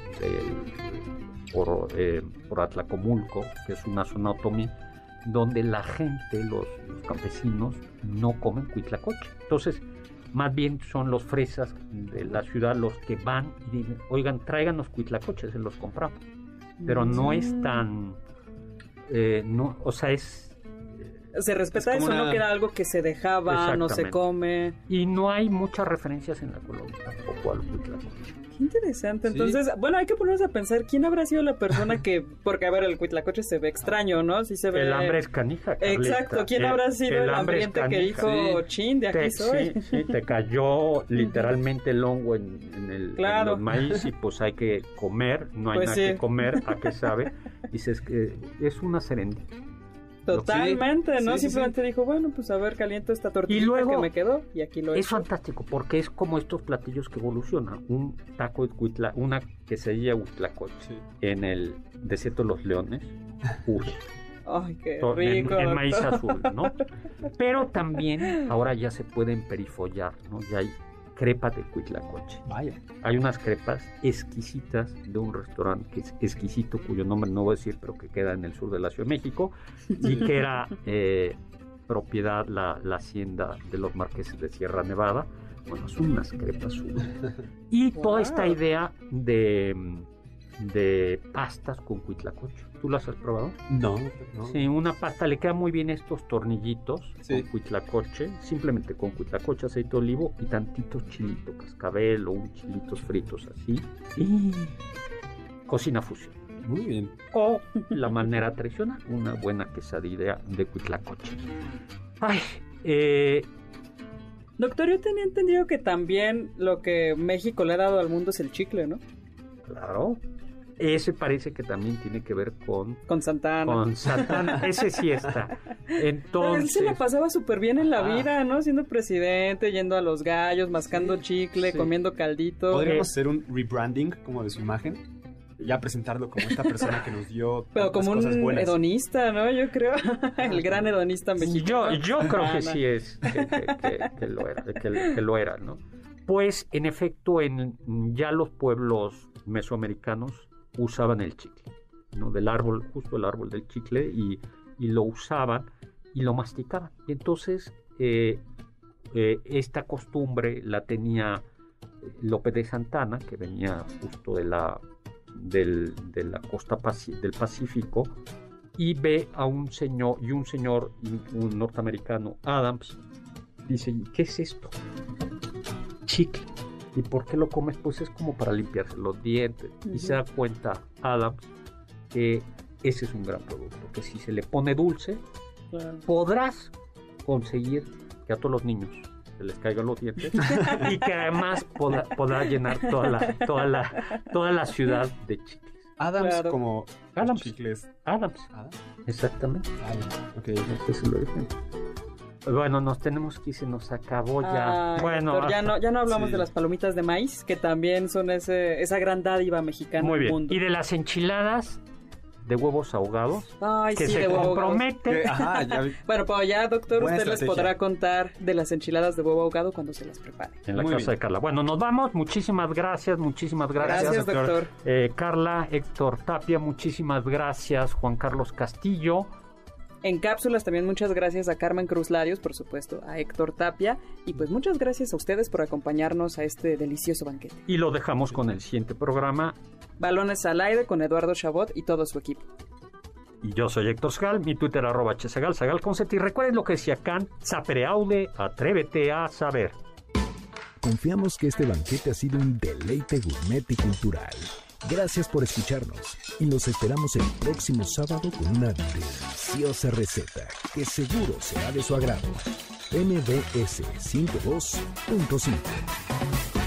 de, por, eh, por Atlacomulco, que es una zona otomí, donde la gente, los, los campesinos, no comen Huitlacoche. Entonces, más bien son los fresas de la ciudad los que van y dicen, oigan, tráiganos Huitlacoches, se los compramos. Pero no es tan, eh, no, o sea, es... Se respeta eso, una... no queda algo que se dejaba, no se come. Y no hay muchas referencias en la colonia tampoco al Huitlacoche. Qué interesante. Entonces, sí. Bueno, hay que ponernos a pensar quién habrá sido la persona que, porque a ver, el Huitlacoche se ve extraño, ¿no? Sí se ve. El hambre es canija, Carlita. Exacto. ¿Quién el, habrá sido el, el hambriente que dijo, sí. Chin, de aquí te, soy? Sí, sí, te cayó literalmente el hongo en, en el claro. en los maíz y pues hay que comer, no hay pues nada sí. que comer, ¿a qué sabe? Dices que es una serendipia. Totalmente, sí, ¿no? Sí, Simplemente sí. dijo, bueno, pues a ver, caliento esta tortilla y luego, que me quedó y aquí lo he Es hecho. fantástico porque es como estos platillos que evolucionan. Un taco de huitla, una quesadilla huitlacoche sí. en el desierto de los leones. Uy. Ay, qué rico. En, en maíz azul, ¿no? Pero también ahora ya se pueden perifollar, ¿no? Ya hay crepas de Huitlacoche. Vaya. Hay unas crepas exquisitas de un restaurante que es exquisito, cuyo nombre no voy a decir, pero que queda en el sur de la Ciudad de México, y que era eh, propiedad la, la hacienda de los marqueses de Sierra Nevada. Bueno, son unas crepas subidas. Y wow. toda esta idea de, de pastas con Huitlacoche. ¿Tú las has probado? No, no. Sí, una pasta, le quedan muy bien estos tornillitos sí. con Huitlacoche, simplemente con Huitlacoche, aceite de olivo y tantitos chilitos, cascabel o un chilitos fritos así. Y cocina fusión. Muy bien. O la manera tradicional, una buena quesadilla de Huitlacoche. Ay, eh... Doctor, yo tenía entendido que también lo que México le ha dado al mundo es el chicle, ¿no? Claro. Ese parece que también tiene que ver con... Con Santana. Con Santana, ese sí está. Entonces... Él se la pasaba súper bien en la ah. vida, ¿no? Siendo presidente, yendo a los gallos, mascando sí, chicle, sí. comiendo caldito. ¿Podríamos hacer un rebranding como de su imagen? Ya presentarlo como esta persona que nos dio pero como cosas un buenas. Hedonista, ¿no? Yo creo. El gran hedonista mexicano. Yo, yo creo que sí es, que, que, que, que lo era, que, que lo era, ¿no? Pues, en efecto, en ya los pueblos mesoamericanos usaban el chicle, ¿no? Del árbol, justo el árbol del chicle, y, y lo usaban y lo masticaban. Y entonces, eh, eh, esta costumbre la tenía Lope de Santana, que venía justo de la, del, de la costa paci- del Pacífico, y ve a un señor, y un señor, un norteamericano, Adams, dice, ¿qué es esto? Chicle. ¿Y por qué lo comes? Pues es como para limpiarse los dientes. Uh-huh. Y se da cuenta Adams que ese es un gran producto, que si se le pone dulce, claro. podrás conseguir que a todos los niños se les caigan los dientes y que además podrá, podrá llenar toda la, toda, la, toda la ciudad de chicles. Adams claro. como Adams. chicles. Adams. Adams. Exactamente. Ah, ok, este es el origen. Bueno, nos tenemos que ir, se nos acabó ya. Ay, bueno, doctor, ya no, ya no hablamos sí. de las palomitas de maíz, que también son ese, esa gran dádiva mexicana muy del bien. mundo. Y de las enchiladas de huevos ahogados, Ay, que sí, se de huevo compromete. Ajá, ya vi. Bueno, pues ya, doctor, Buena usted estrategia. les podrá contar de las enchiladas de huevo ahogado cuando se las prepare. En la Muy casa bien. de Carla. Bueno, nos vamos. Muchísimas gracias, muchísimas gracias. Gracias, doctor. doctor. Eh, Carla, Héctor Tapia, muchísimas gracias. Juan Carlos Castillo. En cápsulas también muchas gracias a Carmen Cruz Larios, por supuesto, a Héctor Tapia, y pues muchas gracias a ustedes por acompañarnos a este delicioso banquete. Y lo dejamos con el siguiente programa. Balones al aire con Eduardo Chabot y todo su equipo. Y yo soy Héctor Zagal, mi Twitter arroba hzagal, Zagal con Z. Y recuerden lo que decía Kant, sapere aude, atrévete a saber. Confiamos que este banquete ha sido un deleite gourmet y cultural. Gracias por escucharnos y los esperamos el próximo sábado con una deliciosa receta que seguro será de su agrado. M B S ciento dos punto cinco